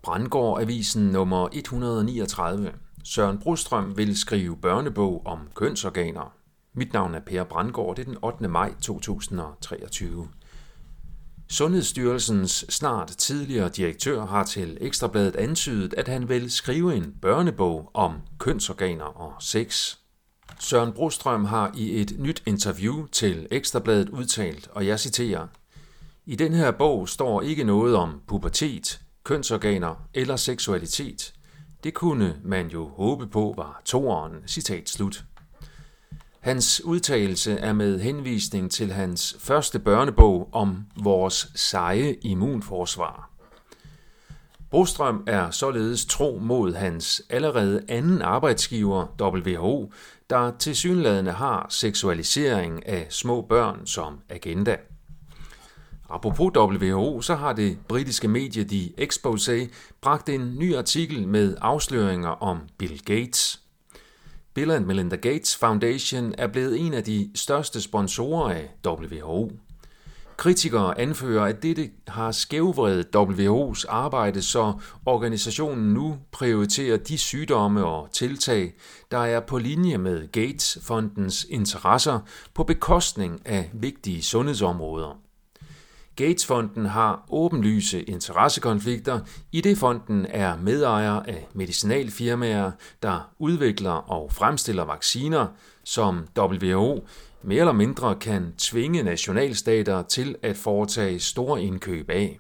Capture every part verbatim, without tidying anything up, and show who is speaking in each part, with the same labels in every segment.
Speaker 1: Brandgård-avisen nummer et hundrede niogtredive. Søren Brostrøm vil skrive børnebog om kønsorganer. Mit navn er Per Brandgård, det er den ottende maj to tusind og treogtyve. Sundhedsstyrelsens snart tidligere direktør har til Ekstra Bladet antydet, at han vil skrive en børnebog om kønsorganer og sex. Søren Brostrøm har i et nyt interview til Ekstra Bladet udtalt, og jeg citerer: "I den her bog står ikke noget om pubertet, kønsorganer eller seksualitet. Det kunne man jo håbe på var toeren." Citat slut. Hans udtalelse er med henvisning til hans første børnebog om vores seje immunforsvar. Brostrøm er således tro mod hans allerede anden arbejdsgiver, W H O, der tilsyneladende har seksualisering af små børn som agenda. Apropos W H O, så har det britiske medie The Exposé bragt en ny artikel med afsløringer om Bill Gates. Bill and Melinda Gates Foundation er blevet en af de største sponsorer af W H O. Kritikere anfører, at dette har skævvredet W H O's arbejde, så organisationen nu prioriterer de sygdomme og tiltag, der er på linje med Gates-fondens interesser på bekostning af vigtige sundhedsområder. Gates-fonden har åbenlyse interessekonflikter, i det fonden er medejer af medicinalfirmaer, der udvikler og fremstiller vacciner, som W H O mere eller mindre kan tvinge nationalstater til at foretage store indkøb af.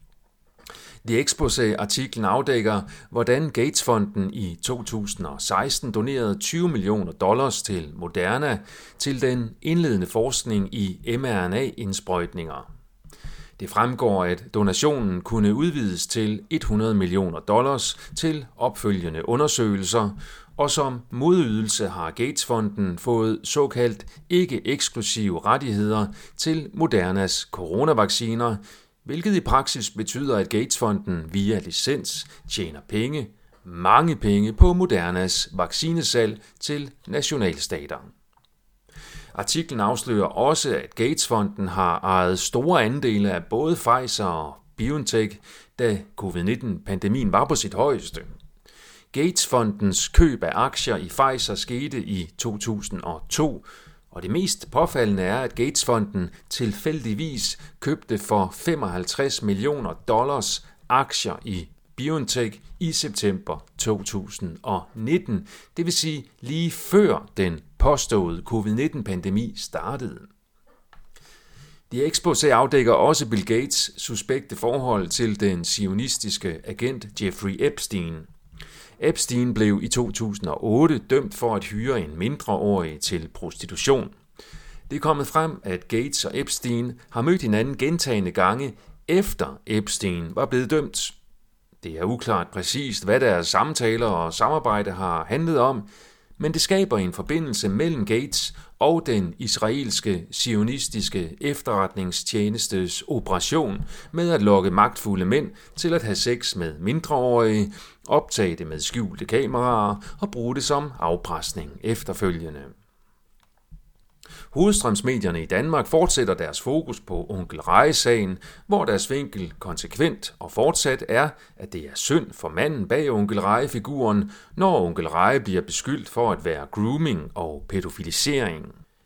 Speaker 1: The Exposé-artiklen afdækker, hvordan Gates-fonden i to tusind og seksten donerede tyve millioner dollars til Moderna til den indledende forskning i mRNA-indsprøjtninger. Det fremgår, at donationen kunne udvides til hundrede millioner dollars til opfølgende undersøgelser, og som modydelse har Gates-fonden fået såkaldt ikke-eksklusive rettigheder til Modernas coronavacciner, hvilket i praksis betyder, at Gates-fonden via licens tjener penge, mange penge på Modernas vaccinesalg til nationalstater. Artiklen afslører også, at Gates-fonden har ejet store andele af både Pfizer og BioNTech, da covid nitten-pandemien var på sit højeste. Gates-fondens køb af aktier i Pfizer skete i to tusind og to, og det mest påfaldende er, at Gates-fonden tilfældigvis købte for femoghalvtreds millioner dollars aktier i BioNTech i september to tusind og nitten, det vil sige lige før den påståede covid nitten-pandemi startede. The Exposé afdækker også Bill Gates' suspekte forhold til den zionistiske agent Jeffrey Epstein. Epstein blev i to tusind og otte dømt for at hyre en mindreårig til prostitution. Det er kommet frem, at Gates og Epstein har mødt hinanden gentagne gange, efter Epstein var blevet dømt. Det er uklart præcist, hvad deres samtaler og samarbejde har handlet om, men det skaber en forbindelse mellem Gates og den israelske zionistiske efterretningstjenestes operation med at lokke magtfulde mænd til at have sex med mindreårige, optage det med skjulte kameraer og bruge det som afpresning efterfølgende. Hovedstrømsmedierne i Danmark fortsætter deres fokus på Onkel Reje-sagen, hvor deres vinkel konsekvent og fortsat er, at det er synd for manden bag Onkel Reje-figuren, når Onkel Reje bliver beskyldt for at være grooming og pædofilisering.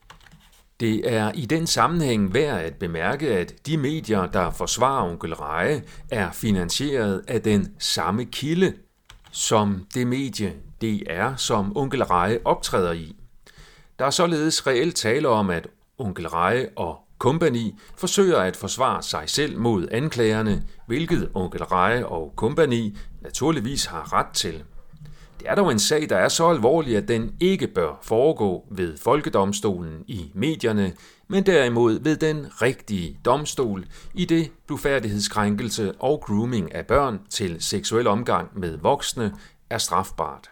Speaker 1: Det er i den sammenhæng værd at bemærke, at de medier, der forsvarer Onkel Reje, er finansieret af den samme kilde som det medie D R, som Onkel Reje optræder i. Der er således reelt tale om, at Onkel Reje og kompagni forsøger at forsvare sig selv mod anklagerne, hvilket Onkel Reje og kompagni naturligvis har ret til. Det er dog en sag, der er så alvorlig, at den ikke bør foregå ved Folkedomstolen i medierne, men derimod ved den rigtige domstol, i det blufærdighedskrænkelse og grooming af børn til seksuel omgang med voksne er strafbart.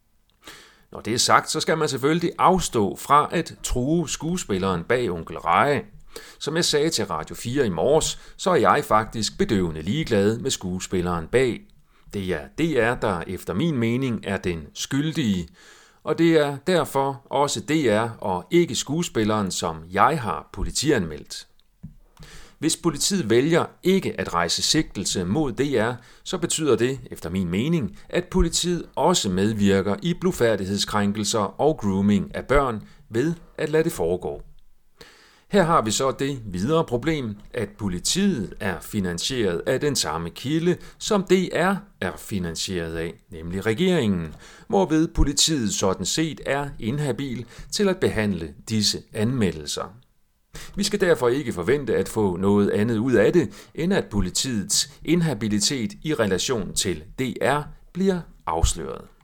Speaker 1: Når det er sagt, så skal man selvfølgelig afstå fra at true skuespilleren bag Onkel Reje. Som jeg sagde til Radio fire i morges, så er jeg faktisk bedøvende ligeglad med skuespilleren bag. Det er D R, der efter min mening er den skyldige, og det er derfor også D R og ikke skuespilleren, som jeg har politianmeldt. Hvis politiet vælger ikke at rejse sigtelse mod D R, så betyder det, efter min mening, at politiet også medvirker i blufærdighedskrænkelser og grooming af børn ved at lade det foregå. Her har vi så det videre problem, at politiet er finansieret af den samme kilde, som D R er finansieret af, nemlig regeringen, hvorved politiet sådan set er inhabil til at behandle disse anmeldelser. Vi skal derfor ikke forvente at få noget andet ud af det, end at politiets inhabilitet i relation til D R bliver afsløret.